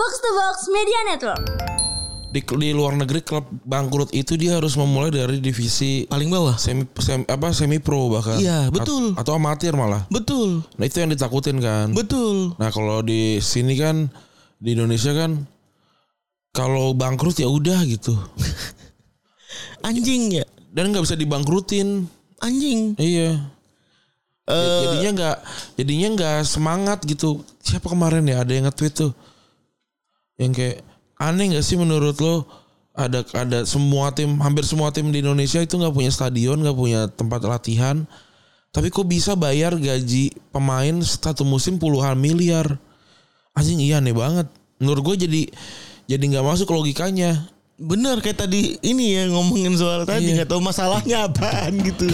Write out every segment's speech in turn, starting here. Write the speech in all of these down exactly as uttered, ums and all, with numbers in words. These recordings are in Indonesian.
Box to Box Media Network. Di, di luar negeri klub bangkrut itu dia harus memulai dari divisi paling bawah, semi, semi apa semi pro bahkan. Iya betul. A, atau amatir malah. Betul. Nah itu yang ditakutin kan. Betul. Nah kalau di sini kan di Indonesia kan kalau bangkrut ya udah gitu. Anjing ya. Dan nggak bisa dibangkrutin. Anjing. Iya. Uh, jadinya nggak jadinya nggak semangat gitu. Siapa kemarin ya ada yang nge-tweet tuh yang kayak aneh nggak sih menurut lo ada ada semua tim hampir semua tim di Indonesia itu nggak punya stadion, nggak punya tempat latihan, tapi kok bisa bayar gaji pemain satu musim puluhan miliar. Anjing iya aneh banget. Menurut gue jadi jadi nggak masuk logikanya. Bener kayak tadi ini ya ngomongin soal tadi nggak iya. Tahu masalahnya apaan gitu.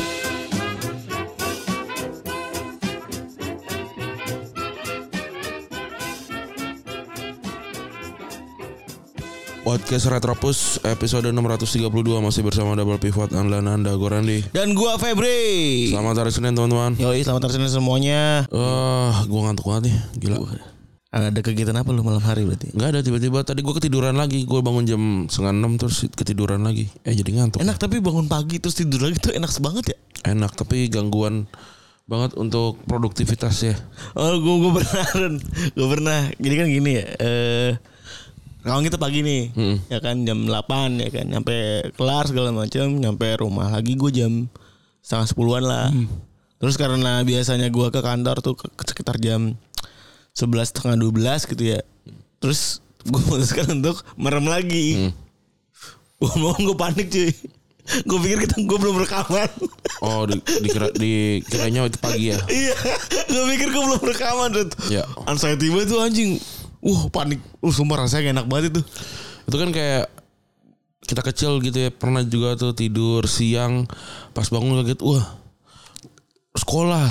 Podcast Retropus episode enam ratus tiga puluh dua masih bersama Double Pivot andalan Anda Gorandi dan gua Febri. Selamat hari Senin teman-teman. Yoi selamat hari Senin semuanya. Eh, uh, gua ngantuk banget nih, gila. Ada kegiatan apa lu malam hari berarti? Enggak ada, tiba-tiba tadi gua ketiduran lagi. Gua bangun jam setengah enam terus ketiduran lagi. Eh jadi ngantuk. Enak tapi bangun pagi terus tidur lagi tuh enak banget ya? Enak tapi gangguan banget untuk produktivitas ya. Oh, gua gua pernah gua pernah. Jadi kan gini ya. Eh Kalau kita pagi nih, hmm. ya kan jam delapan ya kan, nyampe kelar segala macam, nyampe rumah lagi gue jam setengah sepuluhan lah. Hmm. Terus karena biasanya gue ke kantor tuh ke, ke sekitar jam sebelas setengah dua belas gitu ya. Terus gue memutuskan untuk merem lagi. Hmm. Gue mau gue panik cuy. Gue pikir kita gue belum rekaman. Oh, di, dikira di kiranya itu pagi ya? Iya, gue pikir gue belum rekaman tuh. Ya. Anxiety banget tuh anjing. Uh panik, uh sumpah rasanya enak banget itu. Itu kan kayak kita kecil gitu ya, pernah juga tuh tidur siang pas bangun kaget, wah sekolah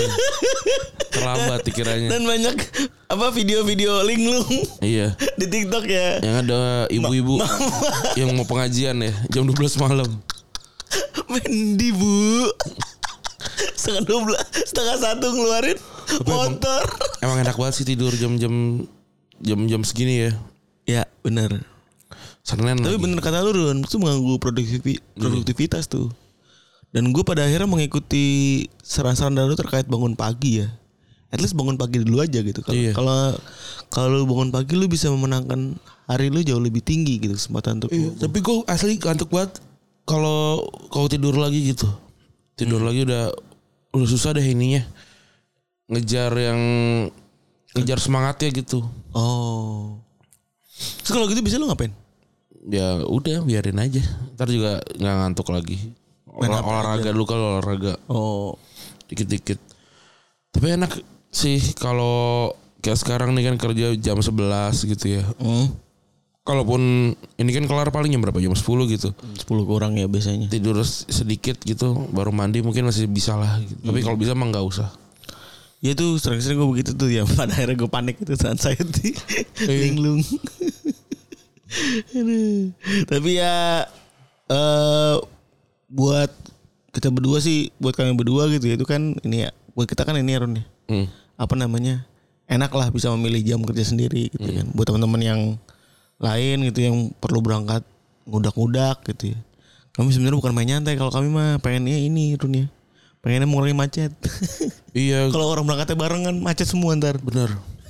terlambat dikiranya. Dan banyak apa video-video linglung. Iya. Di TikTok ya. Yang ada ibu-ibu Ma- yang mau pengajian ya jam dua belas malam. Mendi bu. Setengah dua belas, setengah satu ngeluarin tapi motor. Emang, emang enak banget sih tidur jam-jam jam-jam segini ya. Ya benar. Senin tapi lagi. Bener kata lu Ron, itu mengganggu produktivitas, produktivitas tuh. Dan gue pada akhirnya mengikuti saran-saran dari lu terkait bangun pagi ya. At least bangun pagi dulu aja gitu. Kalau iya. kalau kalau bangun pagi lu bisa memenangkan hari lu jauh lebih tinggi gitu kesempatan untuk. Iya, tapi gue asli ngantuk banget kalau kalau tidur lagi gitu. Tidur hmm. lagi udah udah susah deh ininya. Ngejar yang ngejar semangatnya gitu. Oh. Terus kalau gitu bisa lu ngapain? Ya udah biarin aja. Ntar juga nggak ngantuk lagi. Olah, olahraga dulu kalau olahraga. Oh. Dikit-dikit. Tapi enak sih kalau kayak sekarang nih kan kerja jam sebelas gitu ya. Hmm. Kalaupun ini kan kelar paling jam berapa? Jam sepuluh gitu. sepuluh kurang ya biasanya. Tidur sedikit gitu, baru mandi mungkin masih bisa lah gitu. Hmm. Tapi kalau bisa mah nggak usah. Ya tuh sering-sering gue begitu tuh ya. Pada akhirnya gue panik itu saat saya di linglung. Tapi ya uh, buat kita berdua sih, buat kami berdua gitu ya, itu kan ini ya, buat kita kan ini ya Ron ya. Hmm. Apa namanya? Enak lah bisa memilih jam kerja sendiri gitu hmm. kan. Buat teman-teman yang lain gitu yang perlu berangkat ngudak-ngudak gitu ya. Kami sebenarnya bukan main nyantai, kalau kami mah pengennya ini Ron ya. Pengennya mengurangi macet. Iya. Kalau orang berangkatnya barengan macet semua ntar. Bener.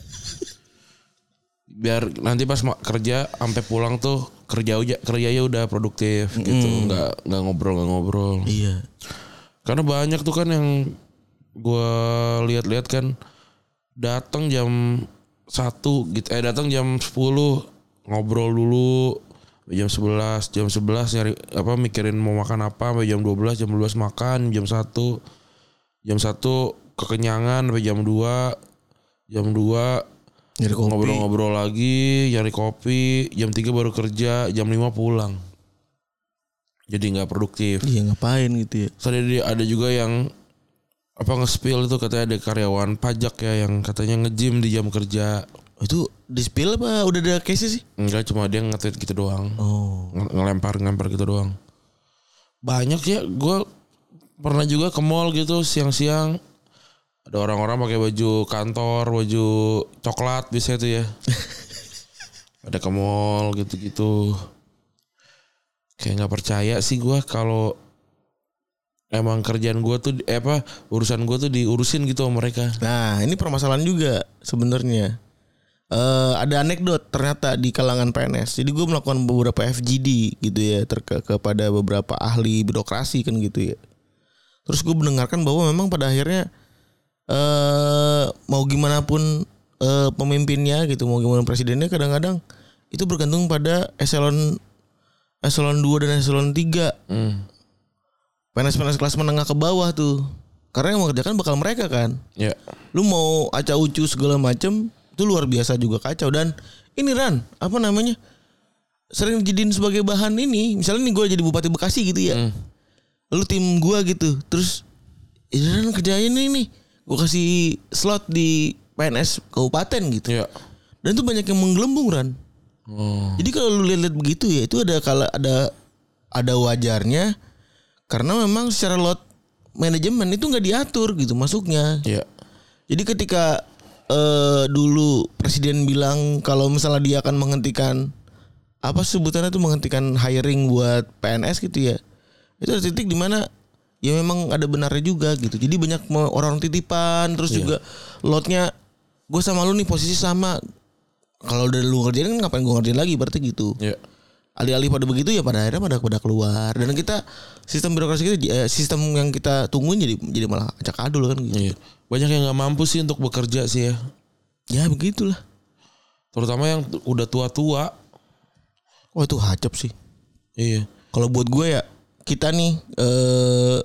Biar nanti pas kerja sampai pulang tuh kerja aja kerjanya udah produktif mm. gitu, nggak nggak ngobrol nggak ngobrol. Iya. Karena banyak tuh kan yang gue lihat-lihat kan datang jam satu gitu, eh datang jam sepuluh ngobrol dulu. Jam sebelas, jam sebelas nyari apa mikirin mau makan apa, sampai jam dua belas, jam dua belas makan, jam satu. Jam satu kekenyangan sampai jam dua. Jam dua nyari kopi. Ngobrol-ngobrol lagi, nyari kopi, jam tiga baru kerja, jam lima pulang. Jadi enggak produktif. Iya, ngapain gitu ya. Soalnya ada juga yang apa nge-spill itu katanya ada karyawan pajak ya yang katanya nge-gym di jam kerja. Itu di spill apa udah ada case sih? Enggak, cuma dia nge-tweet gitu doang. Oh. Ngelempar-ngelempar gitu doang. Banyak ya, gue pernah juga ke mall gitu siang-siang. Ada orang-orang pakai baju kantor, baju coklat biasanya tuh ya. pada ke mall gitu-gitu. Kayak nggak percaya sih gue kalau emang kerjaan gue tuh eh apa urusan gue tuh diurusin gitu sama mereka. Nah ini permasalahan juga sebenarnya. Uh, ada anekdot ternyata di kalangan P N S. Jadi gue melakukan beberapa F G D gitu ya terke kepada beberapa ahli birokrasi kan gitu ya. Terus gue mendengarkan bahwa memang pada akhirnya uh, mau gimana pun uh, pemimpinnya gitu, mau gimana presidennya kadang-kadang itu bergantung pada eselon eselon dua dan eselon tiga. Hmm. P N S P N S kelas menengah ke bawah tuh. Karena yang mengerjakan bakal mereka kan. Ya. Yeah. Lu mau acau-ucu segala macem itu luar biasa juga kacau. Dan ini Ran, apa namanya, sering dijadiin sebagai bahan ini. Misalnya nih gue jadi Bupati Bekasi gitu ya, mm. lu tim gue gitu, terus ini Ran kerjain ini nih, gue kasih slot di P N S kabupaten gitu ya. Dan itu banyak yang menggelembung Ran. oh. Jadi kalau lu lihat-lihat begitu ya, itu ada kala ada ada wajarnya. Karena memang secara lot manajemen itu gak diatur gitu masuknya ya. Jadi ketika Uh, dulu presiden bilang kalau misalnya dia akan menghentikan apa sebutannya tuh menghentikan hiring buat P N S gitu ya, itu ada titik di mana ya memang ada benarnya juga gitu. Jadi banyak orang titipan terus yeah. juga lotnya gue sama lu nih posisi sama, kalau udah lu ngerjain kan ngapain gue ngerjain lagi berarti gitu. yeah. Alih-alih pada begitu ya pada akhirnya pada pada keluar, dan kita sistem birokrasi kita eh, sistem yang kita tungguin jadi jadi malah acak adul kan gitu. yeah. Banyak yang nggak mampu sih untuk bekerja sih ya. Ya begitulah. Terutama yang udah tua-tua. Wah itu hacep sih. Iya. Kalau buat gue ya, kita nih, eh,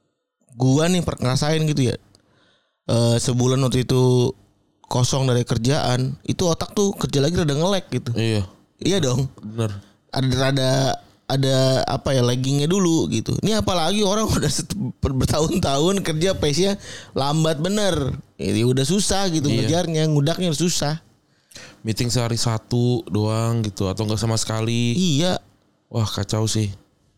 gue nih ngerasain gitu ya. Eh, sebulan waktu itu kosong dari kerjaan, itu otak tuh kerja lagi rada nge-lag gitu. Iya. Iya dong. Bener. Ada rada ada apa ya laggingnya dulu gitu. Ini apalagi orang udah bertahun-tahun kerja pace-nya lambat bener. Ini udah susah gitu iya. ngejarnya, ngudaknya susah. Meeting sehari satu doang gitu atau enggak sama sekali. Iya. Wah kacau sih.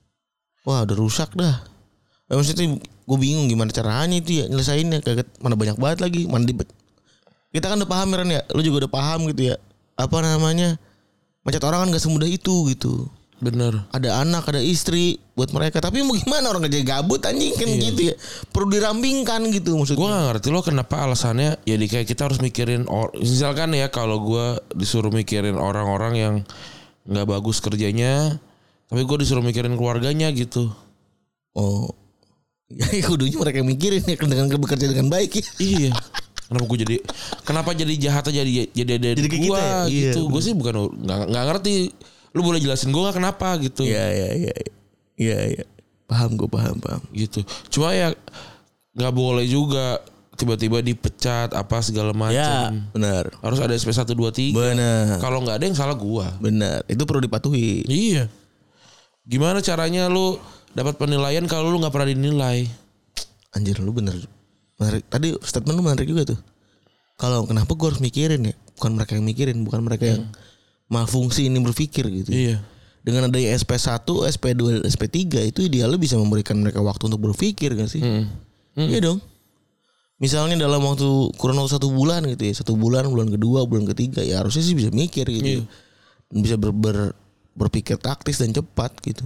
Wah udah rusak dah. Ya, maksudnya gue bingung gimana caranya itu ya nyelesainnya. Kayak mana banyak banget lagi. Mana di... Kita kan udah paham Ran ya. Lu juga udah paham gitu ya. Apa namanya? Macet orang kan gak semudah itu gitu. Bener. Ada anak, ada istri buat mereka. Tapi mau gimana orang kerja gabut anjing kan iya. gitu ya. Perlu dirampingkan gitu maksudnya. Gue gak ngerti lo kenapa alasannya. Ya di kayak kita harus mikirin or, misalkan ya kalau gue disuruh mikirin orang-orang yang gak bagus kerjanya, tapi gue disuruh mikirin keluarganya gitu. Oh. Ya kudunya mereka mikirin ya dengan bekerja dengan baik ya. Iya. Kenapa gue jadi kenapa jadi jahat aja jadi jadi ada gue ya? Gitu. Iya. Gue sih bukan gak, gak ngerti. Lu boleh jelasin gue gak kenapa gitu. Iya iya iya. Iya iya. Paham gue paham paham. Gitu. Cuma ya gak boleh juga tiba-tiba dipecat apa segala macam. Ya benar. Harus ada S P satu dua tiga. Benar. Kalau gak ada yang salah gue. Benar. Itu perlu dipatuhi. Iya. Gimana caranya lu dapat penilaian kalau lu gak pernah dinilai? Anjir lu bener. Menarik. Tadi statement lu menarik juga tuh. Kalau kenapa gue harus mikirin ya? Bukan mereka yang mikirin. Bukan mereka hmm. yang malfungsi ini berpikir gitu. Iya. Dengan adanya S P satu, S P dua, S P tiga itu idealnya bisa memberikan mereka waktu untuk berpikir gak sih? Hmm. Hmm. Iya dong. Misalnya dalam waktu kurang waktu satu bulan gitu ya, satu bulan, bulan kedua, bulan ketiga ya harusnya sih bisa mikir gitu. Iya. Dan bisa ber, ber, berpikir taktis dan cepat gitu.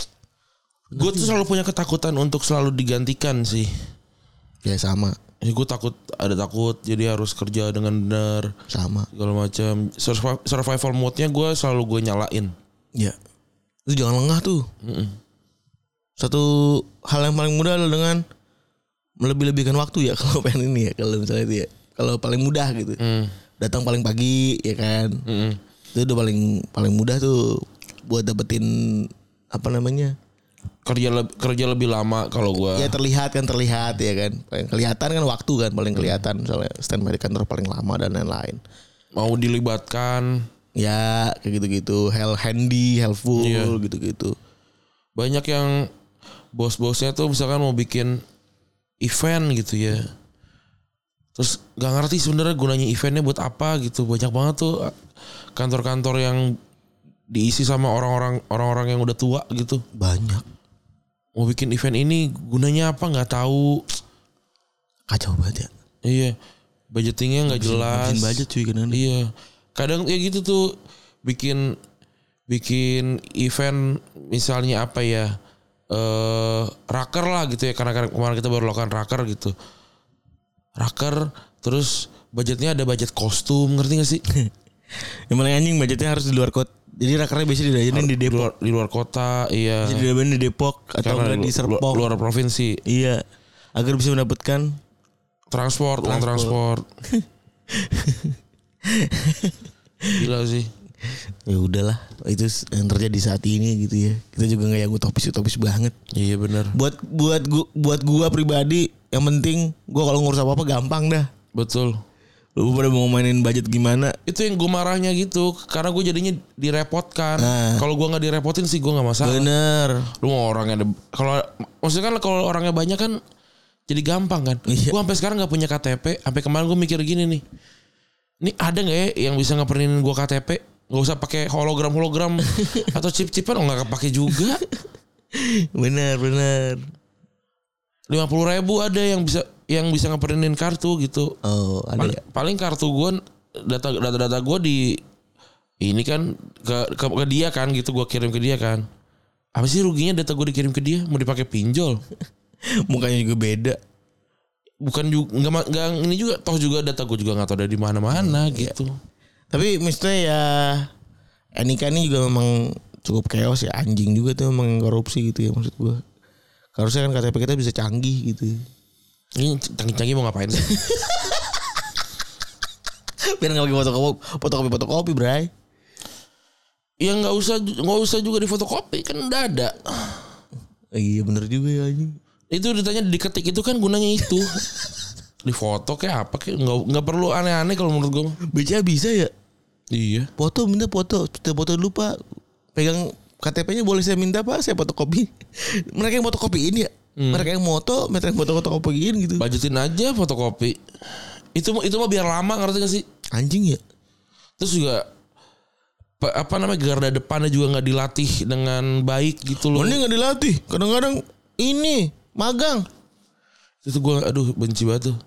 Gue tuh selalu punya ketakutan untuk selalu digantikan sih. Ya sama. Ya, gue takut ada takut jadi harus kerja dengan benar sama segala macam. Survival mode-nya gue selalu gue nyalain. Ya. Itu jangan lengah tuh. Mm-mm. Satu hal yang paling mudah adalah dengan melebih-lebihkan waktu ya kalau pengen ini ya kalau misalnya itu ya. Kalau paling mudah gitu. Mm. Datang paling pagi ya kan. Mm-mm. Itu udah paling paling mudah tuh buat dapetin apa namanya? kerja lebih kerja lebih lama kalau gue. Ya terlihat kan terlihat ya kan. Paling kelihatan kan waktu kan paling kelihatan misalnya standby di kantor paling lama dan lain-lain. Mau dilibatkan ya kayak gitu-gitu, hell handy, helpful iya. gitu-gitu. Banyak yang bos-bosnya tuh misalkan mau bikin event gitu ya. Terus gak ngerti sebenarnya gunanya eventnya buat apa gitu. Banyak banget tuh kantor-kantor yang diisi sama orang-orang orang-orang yang udah tua gitu. Banyak. Mau bikin event ini gunanya apa nggak tahu. Kacau banget ya. Iya. Budgetingnya nggak jelas. Bikin budget cuy kadang. Iya. Kadang ya gitu tuh bikin bikin event misalnya apa ya eh raker lah gitu ya, karena kemarin kita baru lakukan raker gitu. Raker terus budgetnya ada budget kostum, ngerti gak sih? Yang mana anjing budgetnya harus di luar kota. Jadi rakernya biasanya didayain di Depok. Di luar, di luar kota, iya. Jadi didayain di Depok atau enggak di Serpong. Luar, luar provinsi. Iya. Agar bisa mendapatkan transport, uang transport. Gila sih. Ya udahlah, itu yang terjadi saat ini gitu ya. Kita juga nggak yang utopis-utopis banget. Iya benar. Buat buat gua, buat gua pribadi, yang penting gua kalau ngurus apa-apa gampang dah. Betul. Lu pada mau mainin budget gimana? Itu yang gue marahnya gitu, karena gue jadinya direpotkan. Nah. Kalau gue nggak direpotin sih gue nggak masalah. Bener. Lu mau orangnya, kalau maksudnya kan kalau orangnya banyak kan jadi gampang kan. Iya. Gue sampai sekarang nggak punya K T P. Sampai kemarin gue mikir gini nih, ini ada nggak ya yang bisa ngeprinin gue K T P? Gak usah pakai hologram hologram atau chip-chipan, oh nggak kepake juga. Bener bener. Lima puluh ribu ada yang bisa yang bisa ngeprinin kartu gitu. Oh ada. Paling, paling kartu gue data data data gue di ini kan ke, ke ke dia kan gitu, gue kirim ke dia kan. Apa sih ruginya data gue dikirim ke dia? Mau dipakai pinjol? Mukanya juga beda. Bukan juga nggak nggak ini juga, toh juga data gue juga nggak tahu dari mana-mana hmm, gitu. Ya. Tapi misalnya ya N I K ini juga memang cukup chaos ya, anjing juga tuh memang korupsi gitu ya maksud gue. Harusnya kan K T P kita bisa canggih gitu. Ini canggih-canggih mau ngapain sih? Biar nggak lagi fotokopi, fotokopi fotokopi, Bray. Ya nggak usah nggak usah juga di fotokopi, kan udah ada. Iya bener juga ya anjing. Itu ditanya diketik itu kan gunanya itu. Di foto kayak apa kayak nggak nggak perlu aneh-aneh kalau menurut gue. B C A bisa ya? Iya. Foto minta foto, kita foto dulu Pak. Pegang K T P-nya boleh saya minta Pak, saya fotokopi. Mereka yang fotokopiin ya. Hmm. Mereka yang moto, mereka yang foto-fotokopiin gitu. Budgetin aja fotokopi. Itu itu mah biar lama, ngerti gak sih? Anjing ya. Terus juga apa namanya garda depannya juga nggak dilatih dengan baik gitu loh. Oh, ini nggak dilatih. Kadang-kadang ini magang. Itu gue aduh benci banget tuh.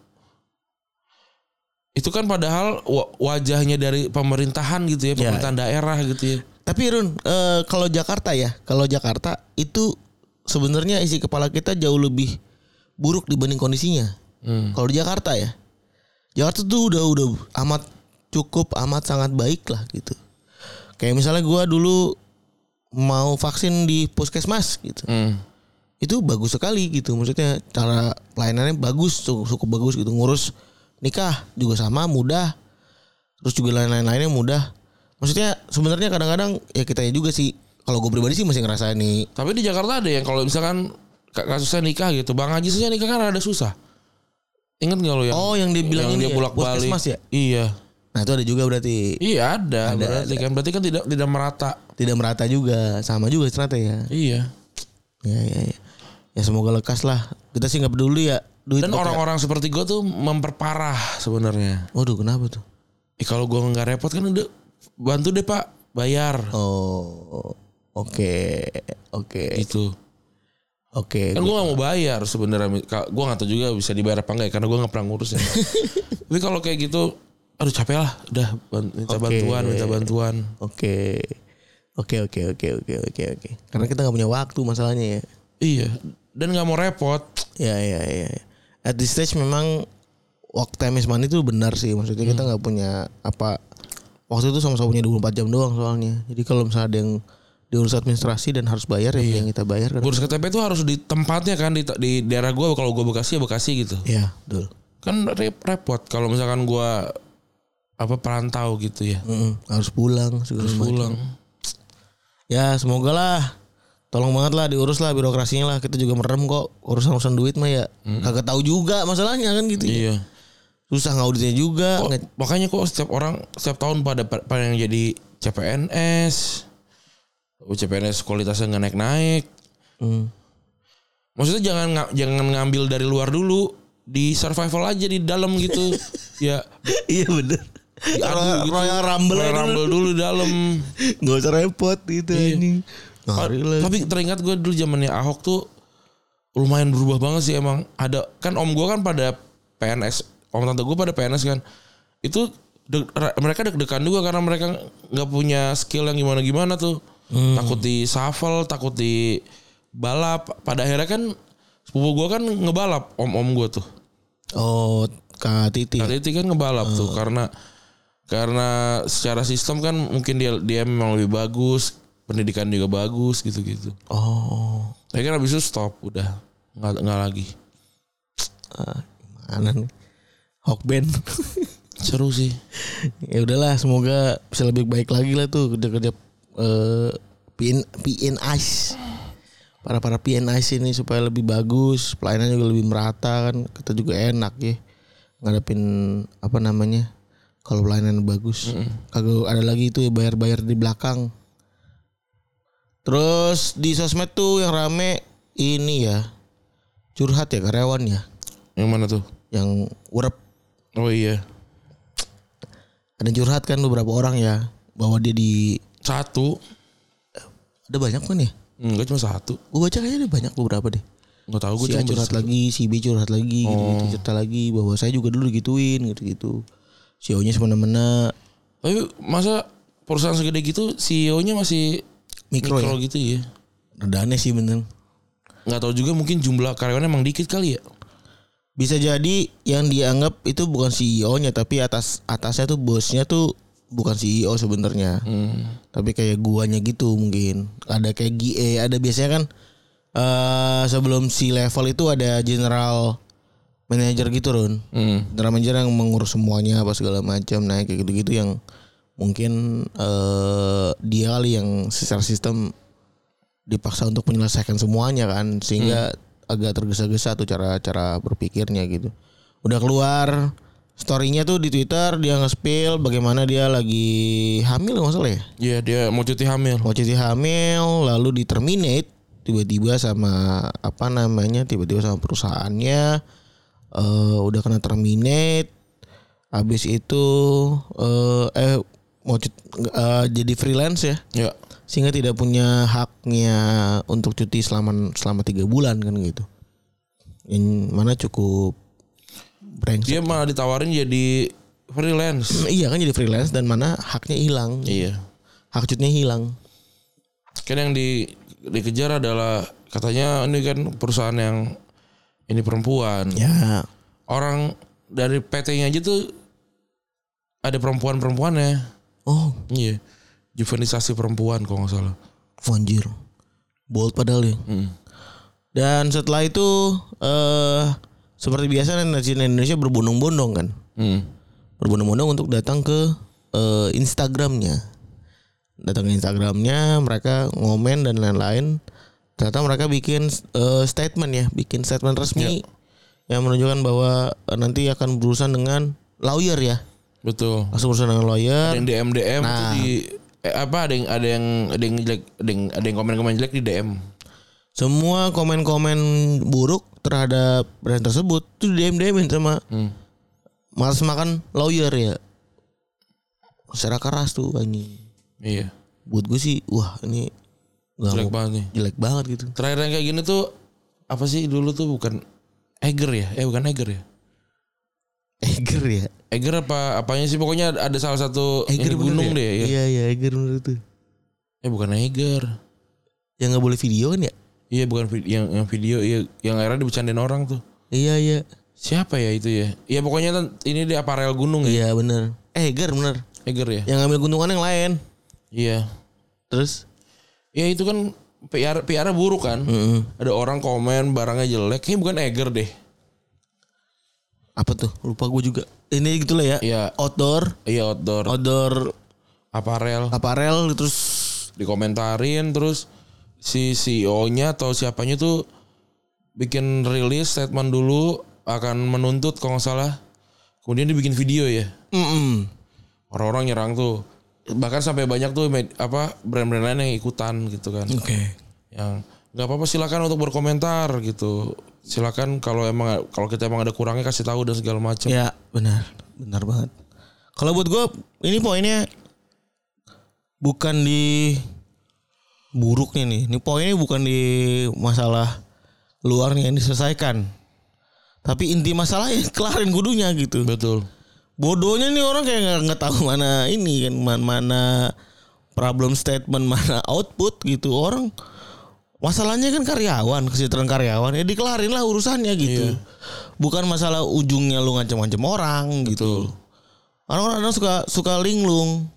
Itu kan padahal wajahnya dari pemerintahan gitu ya, pemerintahan ya. Daerah gitu ya. Tapi Run, e, kalau Jakarta ya, kalau Jakarta itu sebenarnya isi kepala kita jauh lebih buruk dibanding kondisinya. Hmm. Kalau di Jakarta ya, Jakarta tuh udah udah amat cukup amat sangat baik lah gitu. Kayak misalnya gue dulu mau vaksin di puskesmas gitu, hmm. itu bagus sekali gitu. Maksudnya cara pelayanannya bagus, cukup, cukup bagus gitu. Ngurus nikah juga sama mudah, terus juga lain-lainnya mudah. Maksudnya sebenarnya kadang-kadang ya kitanya juga sih, kalau gue pribadi sih masih ngerasain nih. Tapi di Jakarta ada yang kalau misalkan kasusnya nikah gitu, Bang Haji saja nikah kan ada susah. Ingat nggak lo yang? Oh yang dia bilang yang ini dia bolak-balik ya? Iya. Nah itu ada juga berarti. Iya ada, ada berarti ada. kan berarti kan tidak tidak merata. Tidak merata juga, sama juga ternyata ya. Iya. Ya ya ya. Ya semoga lekas lah. Kita sih nggak peduli ya. Duit dan orang-orang ya. Seperti gue tuh memperparah sebenarnya. Waduh kenapa tuh? Eh kalau gue nggak repot kan udah bantu deh Pak bayar. Oh oke okay. oke. Okay. Itu. Oke. Okay, kan gue gak mau bayar sebenarnya. Gue gak tahu juga bisa dibayar apa enggak ya, karena gue gak pernah ngurus ya. Tapi kalau kayak gitu, aduh capek lah. Udah minta okay. bantuan, minta bantuan. Oke. Oke oke oke oke oke oke. Karena kita gak punya waktu masalahnya ya. Iya. Dan gak mau repot. Ya ya ya. At this stage memang waktu time is money itu benar sih. Maksudnya hmm. kita gak punya apa. Waktu itu sama-sama punya dua puluh empat jam doang soalnya. Jadi kalau misalnya ada yang diurus administrasi dan harus bayar ya iya. yang kita bayar kan. Urus K T P itu harus di tempatnya kan di, di daerah gue. Kalau gue Bekasi ya Bekasi gitu. Iya betul. Kan repot kalau misalkan gue apa perantau gitu ya. Mm-mm, harus pulang. Harus pulang. Ya semoga lah. Tolong banget lah diurus lah birokrasinya lah. Kita juga merem kok urusan-urusan duit mah ya. Mm. Kagak tahu juga masalahnya kan gitu. Iya. Susah ngauditnya juga. Kok, makanya kok setiap orang setiap tahun pada pada yang jadi C P N S. C P N S kualitasnya nggak naik-naik. Hmm. Maksudnya jangan jangan ngambil dari luar dulu, di survival aja di dalam gitu. Ya. Iya bener. Royal gitu. Royal Rumble, Royal Rumble dulu di dalam. Nggak usah repot gitu iya. ini. Pa- tapi teringat gue dulu zamannya Ahok tuh lumayan berubah banget sih emang. Ada kan om gue kan pada P N S, om tante gue pada P N S kan. Itu deg, mereka deg-degan juga karena mereka nggak punya skill yang gimana-gimana tuh. Hmm. Takut di shuffle, takut di balap. Pada akhirnya kan sepupu gue kan ngebalap, om-om gue tuh. Oh, Kak Titi. Kak Titi kan ngebalap hmm. tuh karena karena secara sistem kan mungkin dia dia memang lebih bagus, pendidikan juga bagus gitu-gitu. Oh. Tapi kan abis itu stop, udah nggak nggak lagi. Uh, gimana nih? Hokben. Seru sih. Ya udahlah, semoga bisa lebih baik lagi lah tuh kerja-kerja uh, P N Ice. Para-para P N Ice ini supaya lebih bagus, pelayanan juga lebih merata kan. Kita juga enak ya ngadepin apa namanya? Kalau pelayanan bagus. Mm-hmm. Kagak ada lagi itu ya bayar-bayar di belakang. Terus di sosmed tuh yang rame ini ya. Curhat ya karyawan ya. Yang mana tuh? Yang urep. Oh iya. Ada curhat kan beberapa orang ya bahwa dia di satu. Ada banyak kan ya? Enggak cuma satu. Gue baca kayaknya ada banyak beberapa deh. Enggak tahu gue si A curhat satu. Lagi, si B curhat lagi, oh. gitu, cerita lagi bahwa saya juga dulu digituin gitu-gitu. C E O-nya semena-mena. Tapi masa perusahaan segede gitu C E O-nya masih mikro, mikro ya? Gitu ya? Rada aneh sih bener. Enggak tahu juga mungkin jumlah karyawannya emang dikit kali ya. Bisa jadi yang dianggap itu bukan C E O-nya tapi atas atasnya tuh bosnya tuh bukan C E O sebenarnya. Hmm. Tapi kayak guanya gitu mungkin. Ada kayak G E, ada biasanya kan uh, sebelum C level itu ada general manager gitu Ron. Hmm. General manager yang mengurus semuanya apa segala macam, nah kayak gitu-gitu yang mungkin uh, dia kali yang secara sistem dipaksa untuk menyelesaikan semuanya kan sehingga hmm. agak tergesa-gesa tuh cara-cara berpikirnya gitu. Udah keluar story-nya tuh di Twitter dia nge-spill bagaimana dia lagi hamil enggak salah ya? Iya, dia mau cuti hamil. Mau cuti hamil lalu di-terminate tiba-tiba sama apa namanya? Tiba-tiba sama perusahaannya uh, udah kena terminate. Habis itu uh, eh mau cuti, uh, jadi freelance ya. Iya. Sehingga tidak punya haknya untuk cuti selama selama tiga bulan kan gitu. Yang mana cukup brengsek. Dia malah ditawarin jadi freelance. Iya kan jadi freelance dan mana haknya hilang. Iya. Hak cutinya hilang. Kan yang di dikejar adalah katanya ini kan perusahaan yang ini perempuan. Ya. Orang dari P T-nya aja tuh ada perempuan-perempuannya. Oh, iya. Juvenisasi perempuan kalau nggak salah. Anjir. Bold padahal ya. Hmm. Dan setelah itu eh, seperti biasa netizen Indonesia berbondong-bondong kan. Hmm. Berbondong-bondong untuk datang ke eh, Instagramnya. Datang ke Instagramnya, mereka ngomen dan lain-lain. Ternyata mereka bikin eh, statement ya, bikin statement resmi ya. Yang menunjukkan bahwa nanti akan berurusan dengan lawyer ya. Betul. Langsung berurusan dengan lawyer. Ada yang D M D M nah, itu di Eh, apa ada yang ada yang ada yang jelek ada yang, ada yang komen-komen jelek di D M. Semua komen-komen buruk terhadap brand tersebut tuh di D M D M sama hmm. malas makan lawyer ya. Secara keras tuh anjing. Iya. Buat gue sih wah ini jelek banget nih. Jelek banget gitu. Terakhir yang kayak gini tuh apa sih dulu tuh bukan Eger ya? Eh bukan Eger ya? Eger ya? Eger apa apanya sih pokoknya ada salah satu Eger gunung ya? deh ya. Iya iya Eger bener tuh. Eh bukan Eger. Yang enggak boleh video kan ya? Iya bukan video, yang yang video iya yang akhirnya dibercandain orang tuh. Iya iya. Siapa ya itu ya? Iya pokoknya ini di aparel gunung ya. Iya bener. Eh Eger bener. Eger ya. Yang ngambil gunungan yang lain. Iya. Terus? Ya itu kan P R P R buruk kan. Mm-hmm. Ada orang komen barangnya jelek. Kayaknya bukan Eger deh. Apa tuh? Lupa gue juga. Ini gitu lah ya. Iya. Outdoor. Iya outdoor. Outdoor. Aparel. Aparel terus dikomentarin terus si C E O-nya atau siapanya tuh bikin rilis statement dulu akan menuntut kalau nggak salah. Kemudian dibikin video ya. Mm-mm. Orang-orang nyerang tuh. Bahkan sampai banyak tuh med, apa brand-brand lain yang ikutan gitu kan. Oke. Okay. Yang nggak apa-apa silakan untuk berkomentar gitu. Silakan kalau emang kalau kita emang ada kurangnya kasih tahu dan segala macam. Ya benar, benar banget. Kalau buat gue ini poinnya bukan di buruknya nih. Ini poinnya bukan di masalah luarnya yang diselesaikan, tapi inti masalahnya kelarin kudunya gitu. Betul. Bodohnya nih orang kayak nggak nggak tahu mana ini kan mana, mana problem statement mana output gitu. Orang masalahnya kan karyawan, kesejahteraan karyawan ya dikelarin lah urusannya gitu. Iya. Bukan masalah ujungnya lu ngancam-ngancam orang. Betul. Gitu. Orang-orang suka suka linglung.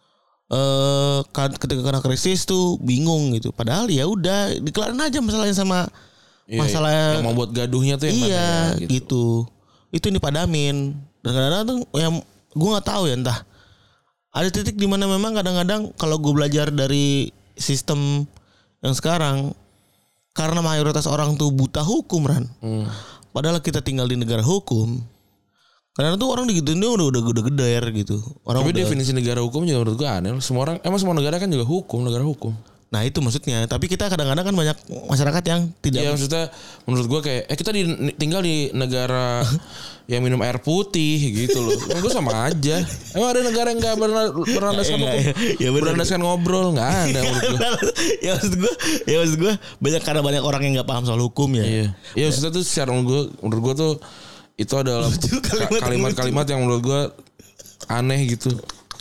Eh uh, ketika kena krisis tuh bingung gitu. Padahal ya udah dikelarin aja masalahnya sama iya, masalah yang mau buat gaduhnya tuh yang iya, mana ya, gitu. gitu. Itu ini padamin. Dan kadang-kadang tuh yang gue nggak tahu ya entah ada titik di mana memang kadang-kadang kalau gue belajar dari sistem yang sekarang karena mayoritas orang tuh buta hukum Ran. Hmm. Padahal kita tinggal di negara hukum. Karena tuh orang digituin dia udah udah udah geder gitu. Orang tapi udah, definisi negara hukum juga menurut gue aneh. Semua orang emang semua negara kan juga hukum, negara hukum. Nah itu maksudnya. Tapi kita kadang-kadang kan banyak masyarakat yang tidak. Iya maksudnya menurut gue kayak eh kita di, tinggal di negara yang minum air putih gitu loh. Menurut gue sama aja. Emang ada negara yang nggak berlandaskan hukum, ya, berlandaskan ngobrol nggak ada menurut gue. Ya maksud gue, ya maksud gue banyak karena banyak orang yang nggak paham soal hukum ya. Iya. Iya maksudnya tuh secara menurut gue, menurut gue tuh itu adalah kalimat-kalimat yang menurut gue aneh gitu.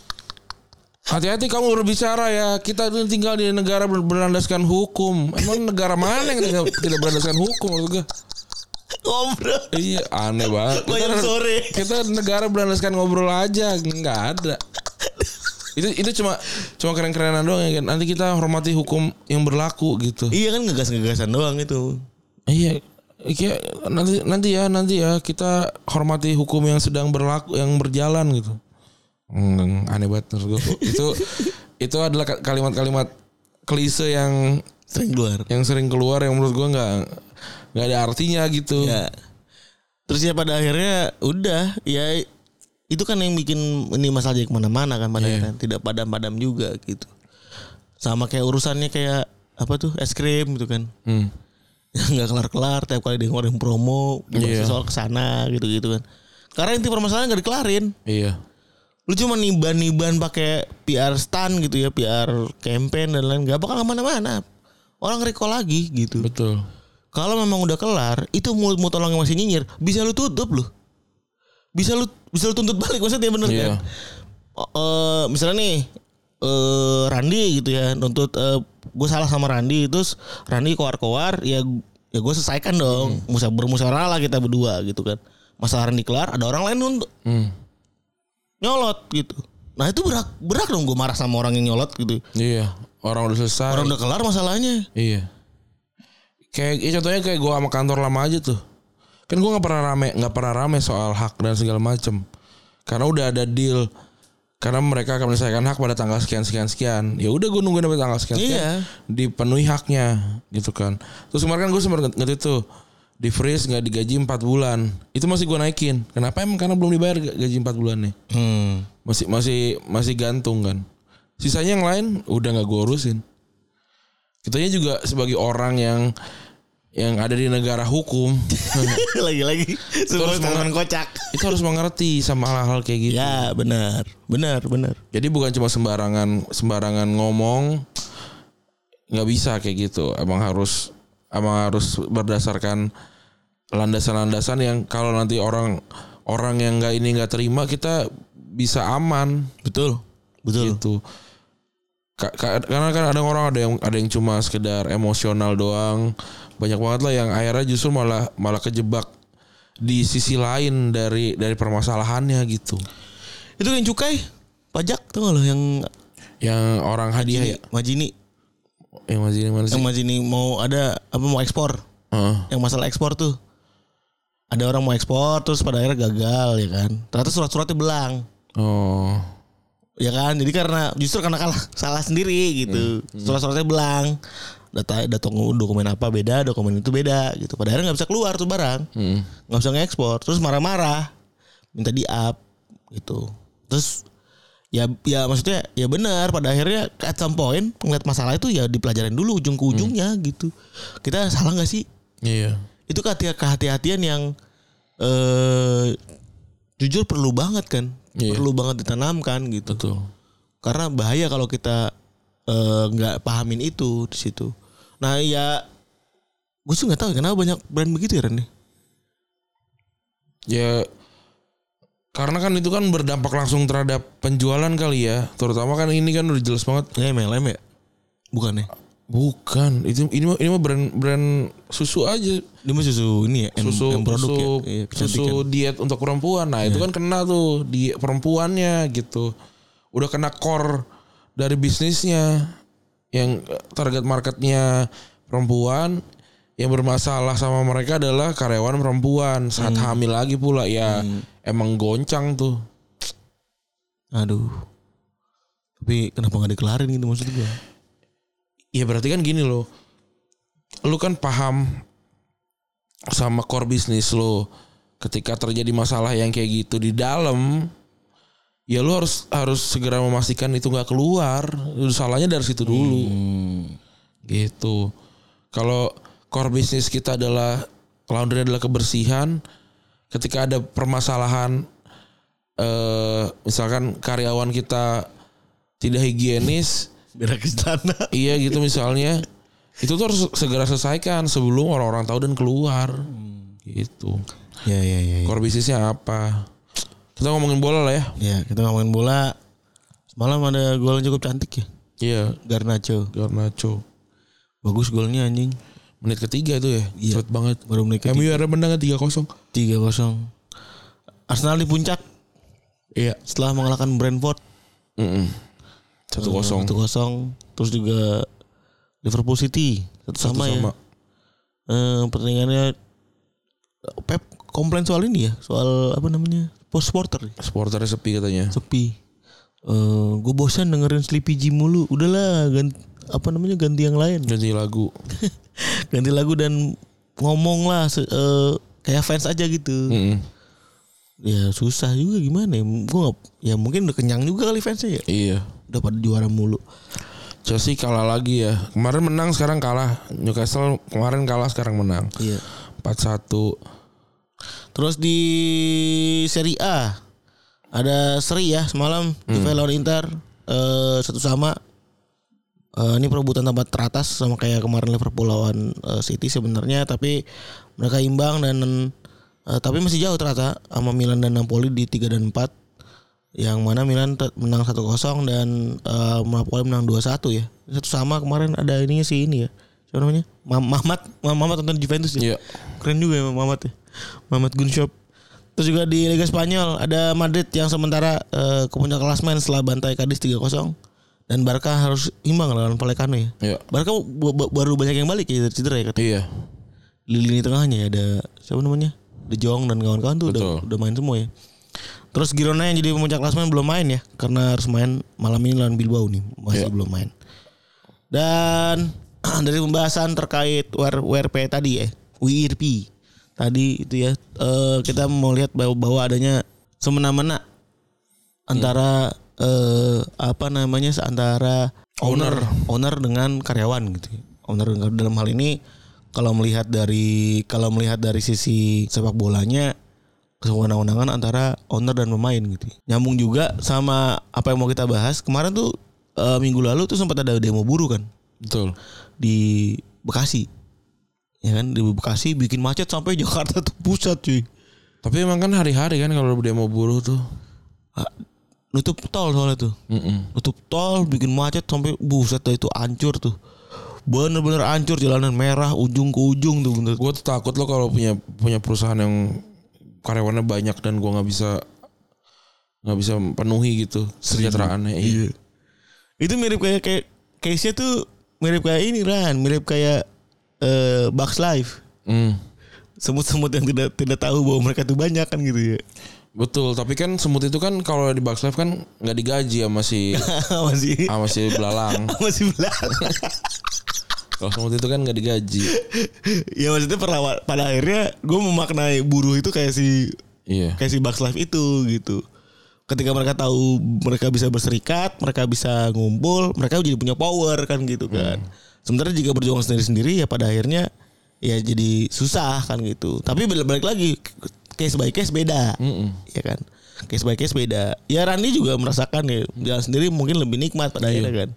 Hati-hati kamu berbicara ya. Kita tinggal di negara berlandaskan hukum. Emang negara mana yang tidak berlandaskan hukum menurut gue? Ngobrol. Iya aneh banget. Kita, sore. Kita negara berlandaskan ngobrol aja. Nggak ada. Itu itu cuma cuma keren-kerenan doang ya kan. Nanti kita hormati hukum yang berlaku gitu. Iya kan ngegas-ngegasan doang itu. Iya. Iya nanti nanti ya nanti ya kita hormati hukum yang sedang berlaku yang berjalan gitu. Hmm, aneh banget menurut gue. Itu itu adalah kalimat-kalimat klise yang sering keluar. Yang sering keluar yang menurut gue nggak nggak ada artinya gitu. Ya. Terus ya pada akhirnya udah ya itu kan yang bikin ini masalah jadi kemana-mana kan pada yeah. kan tidak padam-padam juga gitu. Sama kayak urusannya kayak apa tuh es krim gitu kan. Hmm. Nggak kelar-kelar tiap kali dia ngeluarin promo yeah. soal kesana gitu-gitu kan. Karena inti permasalahan nggak dikelarin. Iya. Lu cuma niban-niban pakai P R stand gitu ya, P R campaign dan lain, nggak bakal kemana-mana. Orang recall lagi gitu. Betul. Kalau memang udah kelar, itu mulut-mulut orang yang masih nyinyir bisa lu tutup lu. Bisa lu bisa lu tuntut balik maksudnya bener yeah. kan? Uh, misalnya nih uh, Randi gitu ya nuntut uh, gue salah sama Randi, terus Randi koar-koar ya ya gue selesaikan dong. Hmm. Musa bermusyawarah lah kita berdua gitu kan. Masalah Randi kelar, ada orang lain nuntut. Hmm. Nyolot gitu. Nah itu berak berak dong gue marah sama orang yang nyolot gitu. Iya. Orang udah selesai. Orang udah kelar masalahnya. Iya. Kayak ya contohnya kayak gue sama kantor lama aja tuh. Kan gue nggak pernah rame nggak pernah rame soal hak dan segala macem. Karena udah ada deal. Karena mereka akan menyelesaikan hak pada tanggal sekian sekian sekian. Ya udah gue nungguin sampai tanggal sekian sekian. Iya. Dipenuhi haknya gitu kan. Terus kemarin kan gue sempat ngerti tuh. Di freeze nggak digaji empat bulan. Itu masih gue naikin. Kenapa? Emang karena belum dibayar gaji empat bulan nih. Hmm. Masih masih masih gantung kan. Sisanya yang lain udah nggak gue urusin. Kitanya juga sebagai orang yang yang ada di negara hukum. Lagi-lagi semua tangan kocak. Itu harus mengerti sama hal-hal kayak gitu. Ya benar, benar, benar. Jadi bukan cuma sembarangan sembarangan ngomong. Nggak bisa kayak gitu. Emang harus emang harus berdasarkan landasan-landasan yang kalau nanti orang orang yang nggak ini nggak terima kita bisa aman. Betul, betul. Gitu. Karena kan ada orang ada yang ada yang cuma sekedar emosional doang. Banyak banget lah yang akhirnya justru malah malah kejebak di sisi lain dari dari permasalahannya gitu. Itu yang cukai pajak tuh loh yang yang orang hadiah Majini, ya. Majini. Yang Majini mana sih? Yang Majini mau ada apa mau ekspor. Uh. Yang masalah ekspor tuh. Ada orang mau ekspor terus pada akhirnya gagal ya kan. Ternyata surat-suratnya belang. Oh. Ya kan, jadi karena justru karena kalah salah sendiri gitu. Hmm. Surat-suratnya belang. Data data dokumen apa beda, dokumen itu beda gitu. Pada akhirnya nggak bisa keluar tuh barang, hmm. nggak bisa ngekspor. Terus marah-marah, minta di up gitu. Terus ya ya maksudnya ya benar. Pada akhirnya at some point ngeliat masalah itu ya dipelajarin dulu ujung ke ujungnya hmm. gitu. Kita salah nggak sih? Iya. Itu kehati-hatian yang eh, jujur perlu banget kan. Iya. Perlu banget ditanamkan gitu. Betul. Karena bahaya kalau kita nggak uh, pahamin itu di situ. Nah ya, gue sih nggak tahu kenapa banyak brand begitu ya Ren nih. Ya Karena kan itu kan berdampak langsung terhadap penjualan kali ya. Terutama kan ini kan udah jelas banget. Ya M L M ya? Bukan ya? Bukan. Itu ini mah ini mah brand brand susu aja. Ini mah susu ini ya, M, Susu M produk susu, ya. Iya, susu diet untuk perempuan. Nah, itu kan kena tuh di perempuannya gitu. Udah kena core dari bisnisnya yang target marketnya perempuan. Yang bermasalah sama mereka adalah karyawan perempuan saat hmm. hamil lagi pula ya hmm. emang goncang tuh. Aduh. Tapi kenapa nggak dikelarin gitu maksud gue? Ya berarti kan gini loh. Lu kan paham sama core bisnis lo. Ketika terjadi masalah yang kayak gitu di dalam, ya lu harus harus segera memastikan itu nggak keluar. Salahnya dari situ dulu. Hmm. Gitu. Kalau core bisnis kita adalah laundry adalah kebersihan. Ketika ada permasalahan, eh, misalkan karyawan kita tidak higienis, berak istana. Iya gitu misalnya, itu tuh harus segera selesaikan sebelum orang-orang tahu dan keluar. Hmm. Gitu. Ya, ya, ya, ya. Core bisnisnya apa? Kita ngomongin bola lah ya. Ya kita ngomongin bola. Semalam ada gol yang cukup cantik ya. Iya. Garnacho. Garnacho. Bagus golnya anjing. Menit ketiga itu ya, iya. Cepet banget. Baru menit ketiga. M U ada menang tiga kosong. tiga kosong. Arsenal di puncak. Iya. Setelah mengalahkan Brentford. satu kosong. satu kosong. Terus juga Liverpool City satu sama, satu sama ya. Eh, pertandingannya Pep komplain soal ini ya, soal apa namanya? Post supporter. Supporternya sepi katanya. Sepi. Eh, gue bosan dengerin Sleepy G mulu. Udahlah ganti apa namanya ganti yang lain. Ganti lagu. Ganti lagu dan ngomong lah uh, kayak fans aja gitu. Mm-hmm. Ya susah juga gimana ya. Gue gak, ya mungkin udah kenyang juga kali fansnya ya. Iya. Udah pada juara mulu. Chelsea kalah lagi ya. Kemarin menang sekarang kalah. Newcastle kemarin kalah sekarang menang. Iya. empat satu. Terus di Serie A ada seri ya semalam. Hmm. Juve lawan Inter uh, satu sama. Uh, ini perebutan tempat teratas sama kayak kemarin Liverpool lawan uh, City sebenarnya, tapi mereka imbang dan uh, tapi masih jauh ternyata sama Milan dan Napoli di tiga dan empat. Yang mana Milan menang satu kosong dan uh, Napoli menang dua satu ya. Satu sama kemarin ada ininya sih ini ya. Siapa namanya? Mamat, Mamat tonton Juventus ya. Yeah. Keren juga ya Mamat ya. Mamat Gunshop. Terus juga di Liga Spanyol ada Madrid yang sementara uh, ke puncak klasemen setelah bantai Cadiz tiga kosong. Dan Barca harus imbang lawan Vallecano ya. Iya. Barca b- b- baru banyak yang balik ya dari cedera ya katanya. Iya. Di lini tengahnya ya ada siapa namanya? De Jong dan kawan-kawan tuh udah, udah main semua ya. Terus Girona yang jadi pemuncak klasemen belum main ya karena harus main malam ini lawan Bilbao nih, masih iya. belum main. Dan dari pembahasan terkait W R P tadi ya, W R P tadi itu ya, uh, kita mau lihat bahwa, bahwa adanya semena-mena antara hmm. Uh, apa namanya antara owner owner dengan karyawan gitu. Owner dalam hal ini kalau melihat dari kalau melihat dari sisi sepak bolanya kesewenang-wenangan antara owner dan pemain gitu. Nyambung juga sama apa yang mau kita bahas. Kemarin tuh uh, minggu lalu tuh sempat ada demo buruh kan. Betul. Di Bekasi. Ya kan di Bekasi bikin macet sampai Jakarta tuh pusat cuy. Tapi emang kan hari-hari kan kalau demo buruh tuh. Nutup tol soalnya tuh. Mm-mm. Nutup tol bikin macet sampai buset itu hancur tuh. Bener-bener hancur jalanan merah ujung ke ujung tuh bener. Gue tuh takut lo kalau punya punya perusahaan yang karyawannya banyak dan gue nggak bisa nggak bisa penuhi gitu sejahteraannya. Iya. Iya. Itu mirip kayak kayak case-nya tuh mirip kayak ini Ran, mirip kayak uh, Bugs Life. Mm. Semut-semut yang tidak tidak tahu bahwa mereka tuh banyak kan gitu ya. Betul, tapi kan semut itu kan kalau di Bugs Life kan nggak digaji sama si masih sama si belalang. Masih belalang. Kalau semut itu kan nggak digaji. Ya maksudnya pada, pada akhirnya gue memaknai buruh itu kayak si iya. kayak si Bugs Life itu gitu. Ketika mereka tahu mereka bisa berserikat, mereka bisa ngumpul, mereka jadi punya power kan gitu kan. Hmm. Sementara jika berjuang sendiri-sendiri ya pada akhirnya ya jadi susah kan gitu. Tapi balik lagi case by case beda, mm-mm. ya kan? Case by case beda. Ya Randy juga merasakan ya jalan sendiri mungkin lebih nikmat pada akhirnya kan.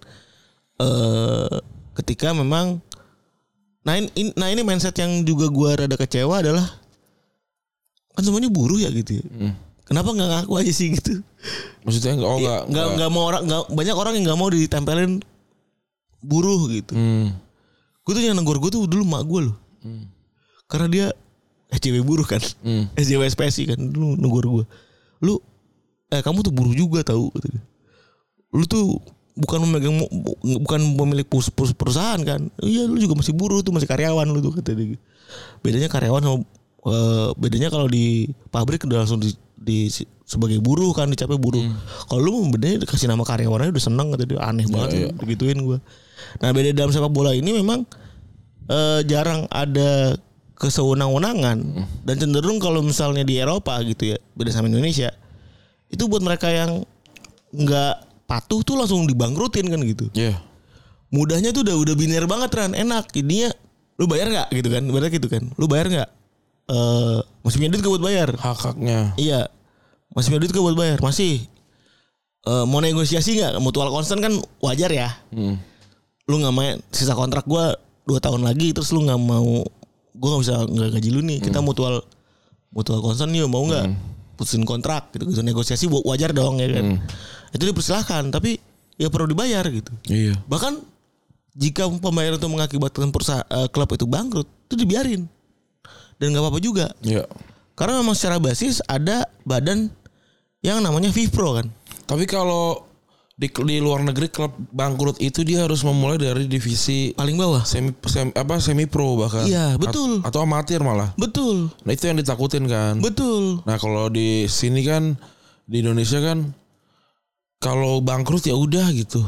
Uh, ketika memang, nah ini, nah ini mindset yang juga gue rada kecewa adalah kan semuanya buruh ya gitu. Ya. Mm. Kenapa nggak ngaku aja sih gitu? Maksudnya nggak, oh nggak, nggak nggak mau orang, nggak banyak orang yang nggak mau ditempelin buruh gitu. Hmm. Gue tuh yang negor gue tuh dulu mak gue loh, hmm. karena dia S J W buruh kan, hmm. S J W S P S I kan dulu negor gue. Lu, eh kamu tuh buruh juga tahu? Lu tuh bukan memegang, bukan pemilik perusahaan kan? Iya, lu juga masih buruh tuh, masih karyawan lu tuh kata dia. Bedanya karyawan sama uh, bedanya kalau di pabrik udah langsung di di sebagai buruh kan, dicapek buruh. Hmm. Kalau lu bedanya dikasih nama karyawan aja udah seneng kata dia, aneh ya, banget ya. Begituin gue. Nah beda dalam sepak bola ini memang uh, jarang ada kesewenang-wenangan hmm. dan cenderung kalau misalnya di Eropa gitu ya, beda sama Indonesia, itu buat mereka yang nggak patuh tuh langsung dibangkrutin kan gitu. Iya. Yeah. Mudahnya tuh udah udah biner banget Ran, enak. Jadinya lu bayar nggak gitu kan, berarti gitu kan, lu bayar nggak? Uh, masih punya duit gak buat bayar hak-haknya. Iya, masih punya duit gak buat bayar, masih uh, mau negosiasi nggak? Mutual consent kan wajar ya. hmm. Lu nggak mau sisa kontrak gue dua tahun lagi, terus lu nggak mau, gue nggak bisa nggak gaji lu nih, hmm. kita mutual mutual consent yuk, mau nggak? hmm. Putusin kontrak gitu, gitu negosiasi wajar dong ya kan. hmm. Itu dipersilahkan, tapi ya perlu dibayar gitu. Iya. Bahkan jika pembayaran itu mengakibatkan perusahaan uh, klub itu bangkrut, itu dibiarin. Dan gak apa-apa juga. Iya. Karena memang secara basis ada badan yang namanya FIFPro kan. Tapi kalau di, di luar negeri klub bangkrut itu dia harus memulai dari divisi paling bawah, semi, semi apa semi pro bahkan. Iya, betul. A, atau amatir malah. Betul. Nah itu yang ditakutin kan. Betul. Nah kalau di sini kan, di Indonesia kan, kalau bangkrut ya udah gitu.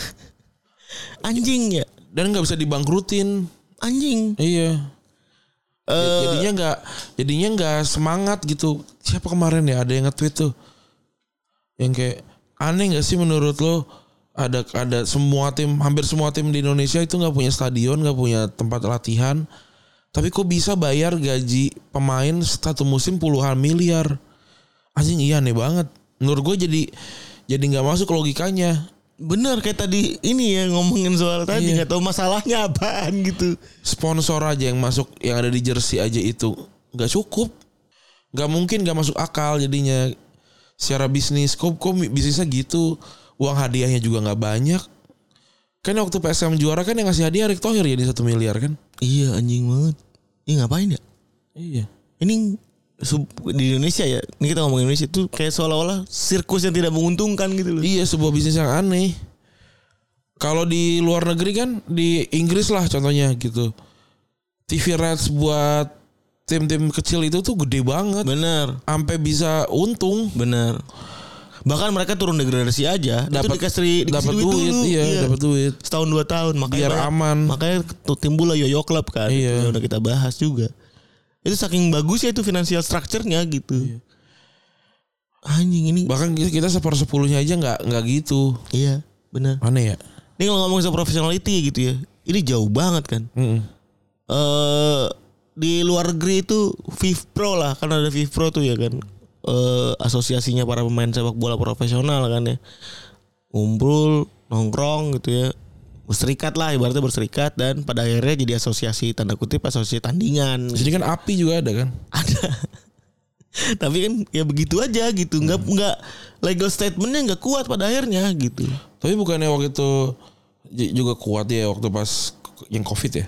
Anjing ya. Dan nggak bisa dibangkrutin. Anjing. Iya. Uh, jadinya nggak jadinya nggak semangat gitu. Siapa kemarin ya ada yang nge-tweet tuh yang kayak, aneh nggak sih menurut lo, ada ada semua tim, hampir semua tim di Indonesia itu nggak punya stadion, nggak punya tempat latihan, tapi kok bisa bayar gaji pemain satu musim puluhan miliar. Anjing, iya aneh banget menurut gue. Jadi jadi nggak masuk logikanya. Bener kayak tadi ini ya, ngomongin soal tadi nggak iya. tahu masalahnya apaan gitu. Sponsor aja yang masuk, yang ada di jersey aja itu nggak cukup, nggak mungkin, nggak masuk akal jadinya secara bisnis. Kok kok bisnisnya gitu, uang hadiahnya juga nggak banyak. Kan waktu P S M juara kan yang ngasih hadiah Erick Thohir jadi satu miliar kan? Iya anjing banget. Ini ngapain ya? Iya. Ini di Indonesia ya, ini kita ngomongin Indonesia itu kayak seolah-olah sirkus yang tidak menguntungkan gitu loh. Iya, sebuah bisnis yang aneh. Kalau di luar negeri kan, di Inggris lah contohnya gitu, T V rights buat tim-tim kecil itu tuh gede banget. Bener. Sampai bisa untung. Bener. Bahkan mereka turun degradasi aja, dapat dikasih dapat duit, duit dulu. Iya, iya. dapat duit. Setahun dua tahun, makanya biar banyak, aman. Makanya timbul lah Yoyo Club kan. Iya. Itu udah kita bahas juga. Itu saking bagus ya itu financial structure-nya gitu. Iya. Anjing ini. Bahkan kita sepersepuluhnya aja nggak nggak gitu. Iya, benar. Aneh ya. Ini kalau ngomong soal professionality gitu ya, ini jauh banget kan. Mm-hmm. Uh, di luar negeri itu FIFPro lah, kan ada FIFPro tuh ya kan. Uh, asosiasinya para pemain sepak bola profesional kan ya. Ngumpul, nongkrong gitu ya. Berserikat lah, ibaratnya berserikat, dan pada akhirnya jadi asosiasi, tanda kutip asosiasi tandingan. Jadi kan API juga ada kan? Ada. Tapi kan ya begitu aja gitu, nggak hmm. nggak legal statementnya nggak kuat pada akhirnya gitu. Tapi bukannya waktu itu juga kuat ya waktu pas yang COVID ya?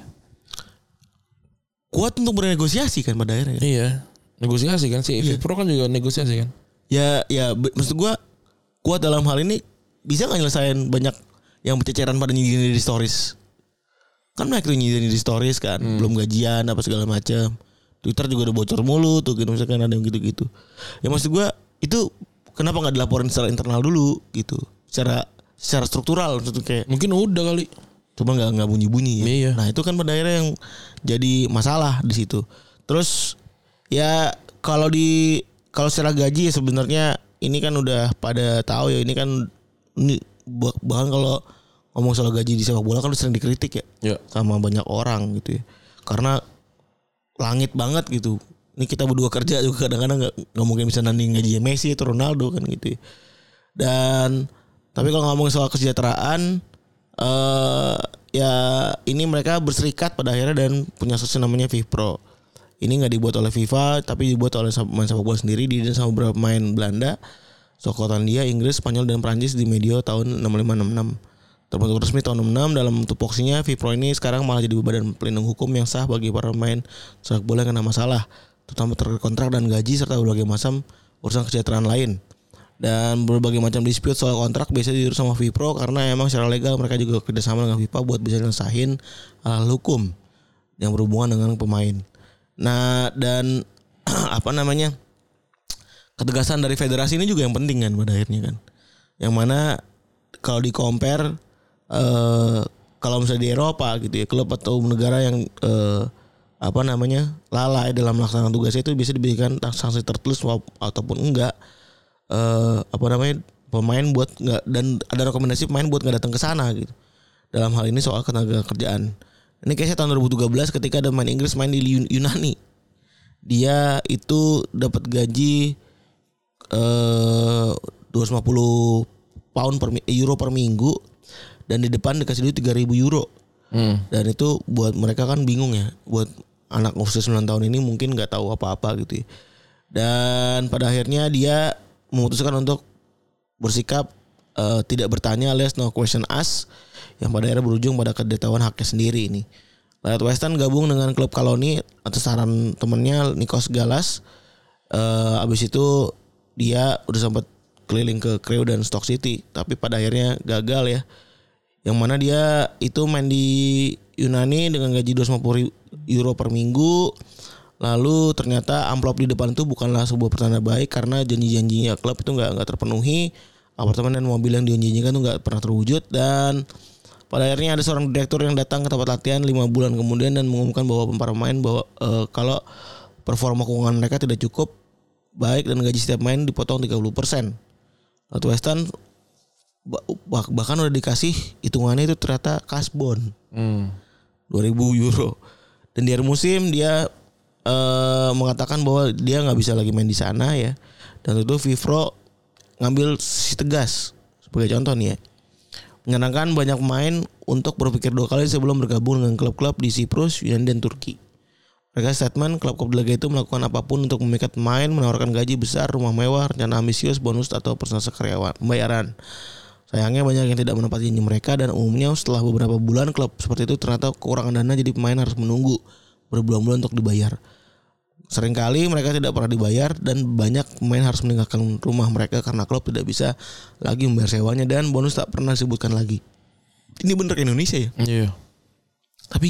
Kuat untuk bernegosiasi kan pada akhirnya. Iya, negosiasi kan sih. Iya. FIFPro kan juga negosiasi kan? Ya, ya maksud gue kuat dalam hal ini bisa nggak nyelesain banyak yang berceceran pada nyindir di stories. Kan mereka tuh nyindir di stories kan, hmm. belum gajian apa segala macam. Twitter juga udah bocor mulu tuh gitu, misalkan ada yang gitu-gitu. Ya maksud gue itu kenapa nggak dilaporin secara internal dulu gitu, secara secara struktural maksudnya kayak. Mungkin udah kali, cuma nggak nggak bunyi-bunyi. Ya. Iya. Nah itu kan pada akhirnya yang jadi masalah di situ. Terus ya kalau di kalau secara gaji ya sebenarnya ini kan udah pada tahu ya, ini kan ini bahkan kalau ngomong soal gaji di sepak bola kan sering dikritik ya, ya sama banyak orang gitu ya, karena langit banget gitu. Ini kita berdua kerja juga kadang-kadang nggak nggak mungkin bisa nanding gaji Messi atau Ronaldo kan gitu ya. Dan tapi kalau ngomong soal kesejahteraan uh, ya ini mereka berserikat pada akhirnya dan punya asosiasi namanya FIFPro Ini nggak dibuat oleh FIFA tapi dibuat oleh pemain sepak bola sendiri, didesain sama beberapa pemain Belanda, Skotlandia, Inggris, Spanyol dan Prancis di medio tahun enam puluh lima enam puluh enam. Terbentuk resmi tahun enam puluh enam. Dalam tupoksinya FIPRO ini sekarang malah jadi badan pelindung hukum yang sah bagi para pemain sepak bola yang kena masalah, terutama terkait kontrak dan gaji serta berbagai macam urusan kesejahteraan lain. Dan berbagai macam dispute soal kontrak biasanya diurus sama FIPRO karena emang secara legal mereka juga kerjasama dengan FIFA buat bisa ngesahin hal hukum yang berhubungan dengan pemain. Nah dan apa namanya ketegasan dari federasi ini juga yang penting kan pada akhirnya kan. Yang mana kalau di compare eh, kalau misalnya di Eropa gitu ya, klub atau negara yang eh, apa namanya lalai dalam melaksanakan tugasnya itu bisa diberikan sanksi tertulis ataupun enggak. Uh, apa namanya pemain buat nggak dan ada rekomendasi pemain buat nggak datang ke sana gitu. Dalam hal ini soal tenaga kerjaan. Ini kayaknya tahun dua ribu tiga belas ketika ada main Inggris main di Yunani. Dia itu dapat gaji uh, dua ratus lima puluh pound per euro per minggu dan di depan dikasih duit tiga ribu euro. Hmm. Dan itu buat mereka kan bingung ya. Buat anak usia sembilan tahun ini mungkin nggak tahu apa-apa gitu ya. Dan pada akhirnya dia memutuskan untuk bersikap uh, tidak bertanya alias no question asked yang pada akhirnya berujung pada kedetahuan haknya sendiri ini. Lewat Weston gabung dengan klub Kaloni atas saran temennya Nikos Galas. Uh, abis itu dia udah sempat keliling ke Crewe dan Stoke City tapi pada akhirnya gagal ya. Yang mana dia itu main di Yunani dengan gaji dua ratus lima puluh euro per minggu. Lalu ternyata amplop di depan itu bukanlah sebuah pertanda baik karena janji-janjinya klub itu nggak nggak terpenuhi, apartemen dan mobil yang dijanjikan itu nggak pernah terwujud dan pada akhirnya ada seorang direktur yang datang ke tempat latihan lima bulan kemudian dan mengumumkan bahwa para pemain bahwa e, kalau performa keuangan mereka tidak cukup baik dan gaji setiap main dipotong tiga puluh persen. Lalu Weston bahkan udah dikasih hitungannya itu ternyata kasbon hmm. dua ribu euro dan di akhir musim dia Uh, mengatakan bahwa dia nggak bisa lagi main di sana ya, dan itu FIPRO ngambil sisi tegas sebagai contoh nih ya, menyarankan banyak pemain untuk berpikir dua kali sebelum bergabung dengan klub-klub di Siprus, Yunani dan Turki. Mereka statement klub-klub Liga itu melakukan apapun untuk memikat pemain, menawarkan gaji besar, rumah mewah, rencana ambisius, bonus atau persentase karyawan pembayaran. Sayangnya banyak yang tidak menepati janji mereka dan umumnya setelah beberapa bulan klub seperti itu ternyata kekurangan dana jadi pemain harus menunggu berbulan-bulan untuk dibayar. Seringkali mereka tidak pernah dibayar dan banyak pemain harus meninggalkan rumah mereka karena klub tidak bisa lagi membayar sewanya dan bonus tak pernah disebutkan lagi. Ini bener ke Indonesia ya? Iya. Tapi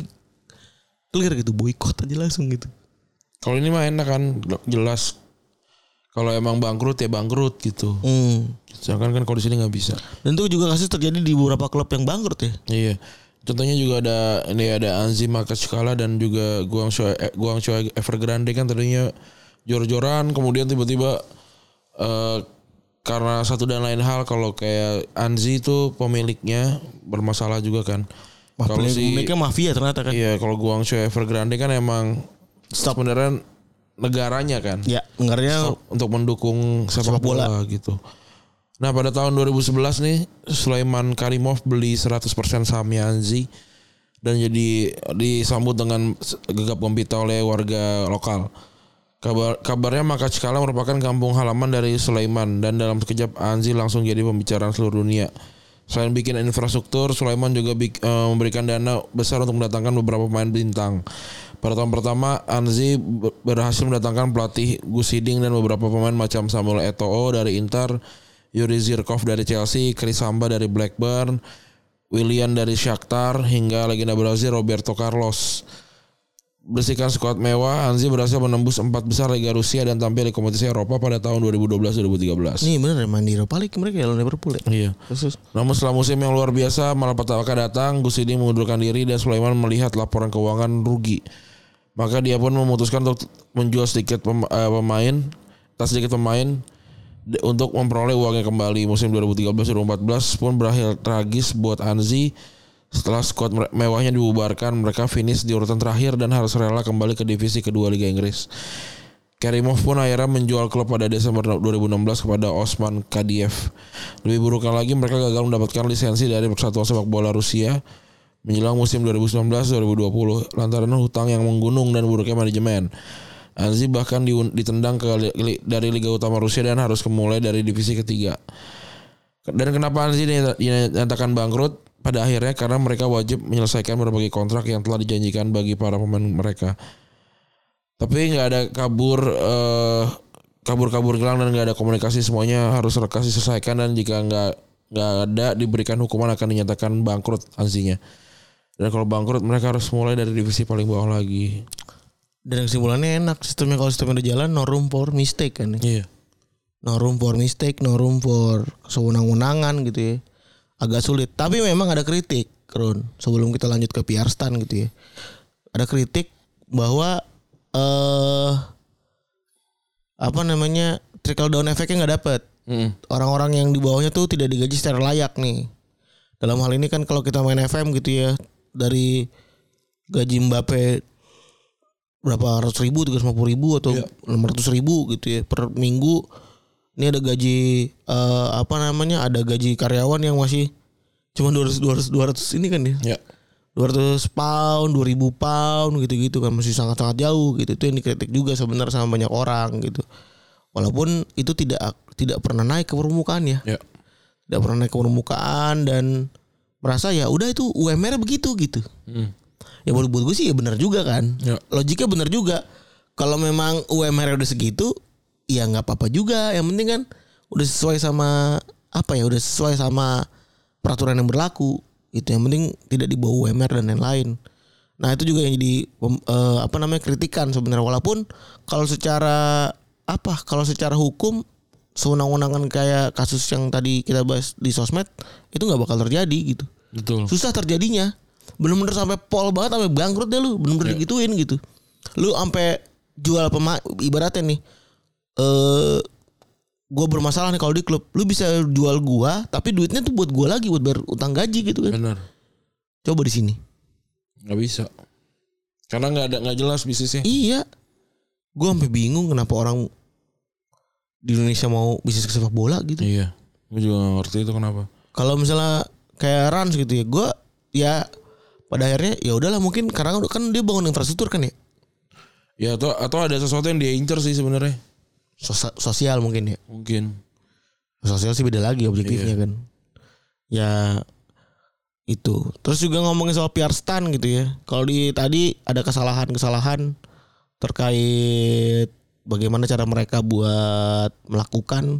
clear gitu, boykot aja langsung gitu. Kalau ini mah enak kan, jelas. Kalau emang bangkrut ya bangkrut gitu. Hmm. Sedangkan kan kalau di sini nggak bisa. Dan itu juga kasus terjadi di beberapa klub yang bangkrut ya. Iya. Contohnya juga ada ini ada Anzi Makachkala dan juga Guangzhou Guangzhou Evergrande kan tadinya jor-joran kemudian tiba-tiba uh, karena satu dan lain hal kalau kayak Anzi itu pemiliknya bermasalah juga kan. Kalau si pemiliknya mafia ternyata kan. Iya, kalau Guangzhou Evergrande kan emang sebenarnya negaranya kan. Ya, negaranya Stop untuk mendukung sepak bola, bola gitu. Nah pada tahun dua ribu sebelas nih Sulaiman Karimov beli seratus persen sahamnya Anzi dan jadi disambut dengan gegap gempita oleh warga lokal. Kabar, kabarnya Makachkala merupakan kampung halaman dari Sulaiman dan dalam sekejap Anzi langsung jadi pembicaraan seluruh dunia. Selain bikin infrastruktur, Sulaiman juga bik, uh, memberikan dana besar untuk mendatangkan beberapa pemain bintang. Pada tahun pertama Anzi berhasil mendatangkan pelatih Gus Hiddink dan beberapa pemain macam Samuel Eto'o dari Inter, Yuri Zirkov dari Chelsea, Chris Samba dari Blackburn, Willian dari Shakhtar, hingga legenda Brazil Roberto Carlos. Bersihkan skuad mewah, Anzi berhasil menembus empat besar Liga Rusia dan tampil di kompetisi Eropa pada tahun dua ribu dua belas dua ribu tiga belas. Nih bener ya main di Eropa League mereka ya lawan Liverpool ya? Iya. Khusus. Namun setelah musim yang luar biasa, malapetaka datang, Gus Hiddink mengundurkan diri dan Sulaiman melihat laporan keuangan rugi. Maka dia pun memutuskan untuk menjual sedikit pemain, tak sedikit pemain, untuk memperoleh uangnya kembali. Musim dua ribu tiga belas dua ribu empat belas pun berakhir tragis buat Anzi. Setelah skuad mewahnya dibubarkan, mereka finish di urutan terakhir dan harus rela kembali ke divisi kedua Liga Inggris. Karimov pun akhirnya menjual klub pada Desember dua ribu enam belas kepada Osman Kadiev. Lebih buruknya lagi, mereka gagal mendapatkan lisensi dari Persatuan Sepak Bola Rusia. menjelang musim dua ribu sembilan belas dua ribu dua puluh lantaran hutang yang menggunung dan buruknya manajemen. Anzi bahkan ditendang ke dari Liga Utama Rusia dan harus kemulai dari divisi ketiga. Dan kenapa Anzi dinyatakan bangkrut? Pada akhirnya karena mereka wajib menyelesaikan berbagai kontrak yang telah dijanjikan bagi para pemain mereka. Tapi nggak ada kabur eh, kabur-kabur gelang dan nggak ada komunikasi, semuanya harus rekas diselesaikan dan jika nggak nggak ada diberikan hukuman akan dinyatakan bangkrut Anzinya. Dan kalau bangkrut mereka harus mulai dari divisi paling bawah lagi. Dan kesimpulannya enak, sistemnya kalau sistemnya udah jalan no room for mistake kan. Iya. No room for mistake, no room for sewenang-wenangan gitu ya. Agak sulit. Tapi memang ada kritik, Ron. Sebelum kita lanjut ke P R Stan gitu ya. Ada kritik bahwa eh apa namanya trickle down efeknya nggak dapet. Mm. Orang-orang yang di bawahnya tuh tidak digaji secara layak nih. Dalam hal ini kan kalau kita main F M gitu ya, dari gaji Mbappe berapa ratus ribu, tiga ratus lima puluh ribu atau enam ratus ribu gitu ya per minggu. Ini ada gaji uh, apa namanya? Ada gaji karyawan yang masih cuma dua ratus dua ratus dua ratus ini kan ya. Ya. dua ratus pound, dua ribu pound gitu-gitu kan, masih sangat-sangat jauh gitu. Itu yang dikritik juga sebenarnya sama banyak orang gitu. Walaupun itu tidak tidak pernah naik ke permukaan ya. Ya. Tidak pernah naik ke permukaan dan merasa ya udah itu U M R begitu gitu. Hmm. Ya buat gue sih ya benar juga kan. Ya. Logiknya benar juga. Kalau memang U M R udah segitu, ya nggak apa-apa juga. Yang penting kan udah sesuai sama apa ya, udah sesuai sama peraturan yang berlaku. Itu yang penting tidak di bawah U M R dan lain-lain. Nah itu juga yang jadi uh, apa namanya kritikan sebenarnya. Walaupun kalau secara apa, kalau secara hukum sewenang-wenangan kayak kasus yang tadi kita bahas di sosmed itu nggak bakal terjadi gitu. Betul. Susah terjadinya. Bener-bener sampai pol banget, sampai bangkrut deh lu, bener-bener yeah. digituin gitu. Lu sampai jual pemain, ibaratnya nih, eh, gue bermasalah nih kalau di klub, lu bisa jual gua, tapi duitnya tuh buat gua lagi, buat bayar utang gaji gitu kan. Benar. Coba di sini. Nggak bisa. Karena nggak ada, nggak jelas bisnisnya. Iya. Gue sampai bingung kenapa orang di Indonesia mau bisnis sepak bola gitu. Iya. Gue juga nggak ngerti itu kenapa. Kalau misalnya kayak Rans gitu ya, gue ya pada akhirnya ya udahlah, mungkin karena kan dia bangun infrastruktur kan ya. Ya atau atau ada sesuatu yang dia incer sih sebenarnya. Sos- sosial mungkin ya. Mungkin. Sosial sih beda lagi objektifnya iya. kan. Ya itu. Terus juga ngomongin soal P R Stan gitu ya. Kalau di tadi ada kesalahan-kesalahan terkait bagaimana cara mereka buat melakukan,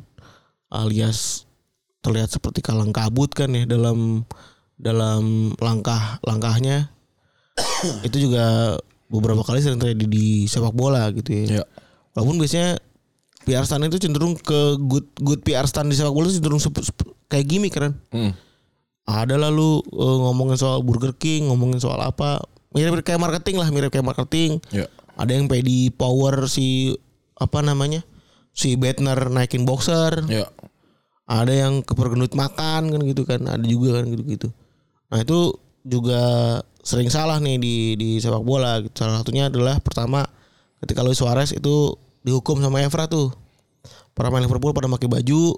alias terlihat seperti kalang kabut kan ya dalam dalam langkah-langkahnya. Itu juga beberapa kali sering terjadi di sepak bola gitu ya. Ya. Walaupun biasanya P R Stan itu cenderung ke good good P R Stan di sepak bola itu cenderung sep- sep- kayak gimmick kan. Hmm. Ada lalu uh, ngomongin soal Burger King, ngomongin soal apa, mirip kayak marketing lah, mirip kayak marketing. Ya. Ada yang pedi power si apa namanya, si Bettner naikin boxer. Ya. Ada yang kepergenut makan kan gitu kan, ada juga kan gitu-gitu. Nah itu juga sering salah nih di di sepak bola. Salah satunya adalah pertama ketika Luis Suarez itu dihukum sama Evra tuh, para pemain Liverpool pada pakai baju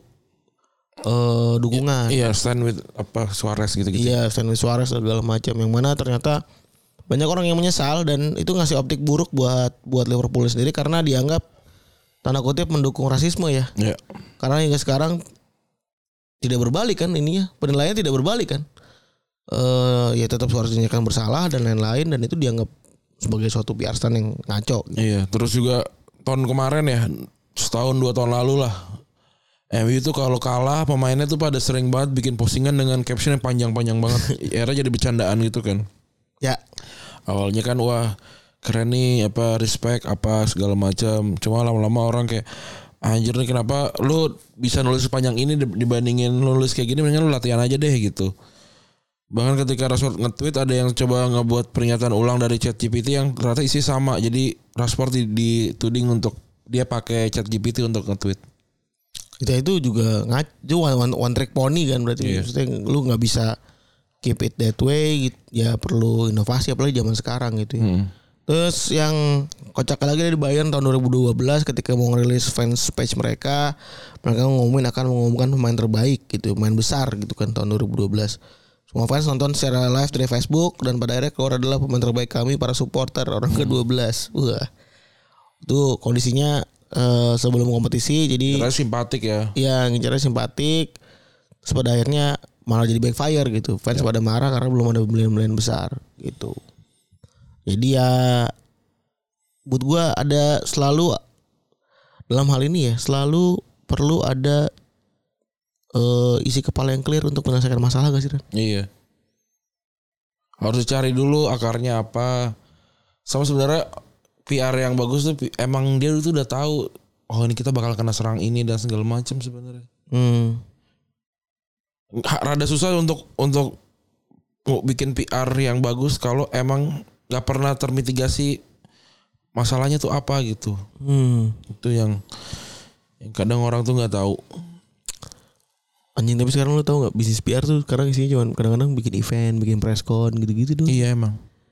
uh, dukungan. Iya, stand with apa Suarez gitu-gitu. Iya, stand with Suarez segala macam. Yang mana ternyata banyak orang yang menyesal dan itu ngasih optik buruk buat buat Liverpool sendiri karena dianggap tanda kutip mendukung rasisme ya. Iya. Karena hingga sekarang tidak berbalik kan ininya, penilaiannya tidak berbalik kan. Uh, ya tetap Suarez dinyatakan bersalah dan lain-lain dan itu dianggap sebagai suatu P R Stan yang ngaco gitu. Iya, terus juga tahun kemarin ya, setahun dua tahun lalu lah, M U itu kalau kalah pemainnya tuh pada sering banget bikin postingan dengan caption yang panjang-panjang banget. Era jadi bercandaan gitu kan. Ya. Awalnya kan wah keren nih, apa respect apa segala macam. Cuma lama-lama orang kayak anjir nih kenapa lu bisa nulis sepanjang ini dibandingin nulis kayak gini, mendingan lu latihan aja deh gitu. Bahkan ketika Rashford nge-tweet ada yang coba ngebuat pernyataan ulang dari ChatGPT yang ternyata isi sama. Jadi Rashford dituding untuk dia pakai ChatGPT untuk nge-tweet. Itu itu juga ngaco, one, one trick pony kan berarti. Yeah. Maksudnya lu nggak bisa keep it that way gitu. Ya perlu inovasi apalagi zaman sekarang gitu ya. Hmm. Terus yang kocak lagi dari Bayern tahun dua ribu dua belas ketika mau ngerilis fans page mereka, mereka ngumumin akan mengumumkan pemain terbaik gitu, pemain besar gitu kan tahun dua ribu dua belas. Semua fans nonton secara live dari Facebook dan pada akhirnya keluar adalah pemain terbaik kami para supporter orang hmm. kedua belas. Wah. Itu kondisinya uh, sebelum kompetisi jadi ngincarnya simpatik ya. Iya, ngincarnya simpatik. Terus pada akhirnya malah jadi backfire gitu. Fans ya. Pada marah karena belum ada pembelian-pembelian besar gitu. Jadi ya buat gue ada selalu dalam hal ini ya selalu perlu ada uh, isi kepala yang clear untuk menyelesaikan masalah gak sih Ren? Iya. Harus cari dulu akarnya apa. Sama sebenarnya P R yang bagus tuh emang dia tuh udah tahu oh ini kita bakal kena serang ini dan segala macam sebenarnya. Hmm. Rada susah untuk untuk bikin P R yang bagus kalau emang nggak pernah termitigasi masalahnya tuh apa gitu. Hmm. Itu yang, yang kadang orang tuh nggak tahu. Anjing tapi sekarang lu tahu nggak bisnis P R tuh sekarang isinya cuma kadang-kadang bikin event, bikin press con gitu-gitu dong. Iya emang.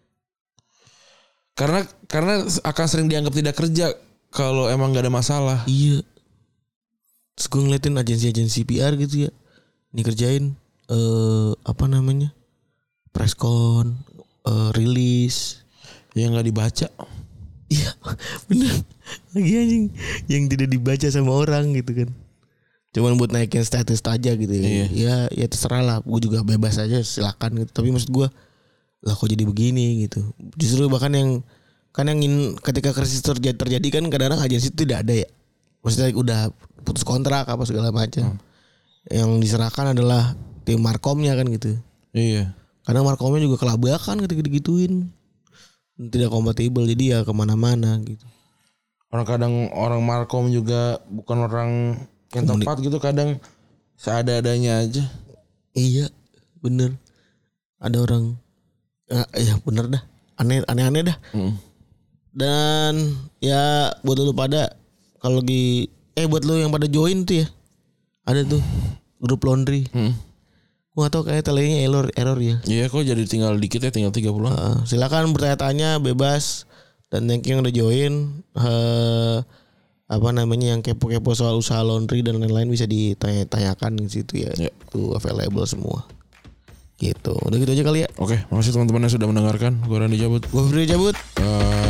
Karena karena akan sering dianggap tidak kerja kalau emang nggak ada masalah. Iya. Terus gue ngeliatin agensi-agensi P R gitu ya. Ini kerjain uh, apa namanya press con, uh, rilis yang nggak dibaca. Iya bener lagi anjing yang tidak dibaca sama orang gitu kan. Cuman buat naikin status aja gitu ya. Iya. Ya ya terserah lah. Gue juga bebas aja silakan gitu. Tapi maksud gue lah kok jadi begini gitu. Justru bahkan yang kan yang in, ketika krisis terjadi, terjadi kan kadang-kadang agensi itu tidak ada ya. Maksudnya udah putus kontrak apa segala macam. Hmm. Yang diserahkan adalah tim markomnya kan gitu. Iya. Karena markomnya juga kelabakan ketika digituin. Tidak kompatibel jadi ya kemana-mana gitu. Orang kadang orang markom juga bukan orang yang Komunik. tepat gitu kadang seada-adanya aja. Iya bener. Ada orang ya, ya bener dah. Aneh aneh-aneh dah. Hmm. Dan ya buat lu pada kalau lagi eh buat lu yang pada join tuh ya. Ada tuh grup laundry. Hmm. Gua tau kayak telenya error error ya. Iya kok jadi tinggal dikit ya tinggal tiga puluh. Uh, silakan bertanya-tanya bebas dan thank you yang udah join. Uh, apa namanya yang kepo-kepo soal usaha laundry dan lain-lain bisa ditanya-tanyakan di situ ya. Ya. Itu available semua. Gitu. Udah gitu aja kali ya. Oke, makasih teman-teman yang sudah mendengarkan. Gua Randy cabut. Gua Freddy cabut. Uh,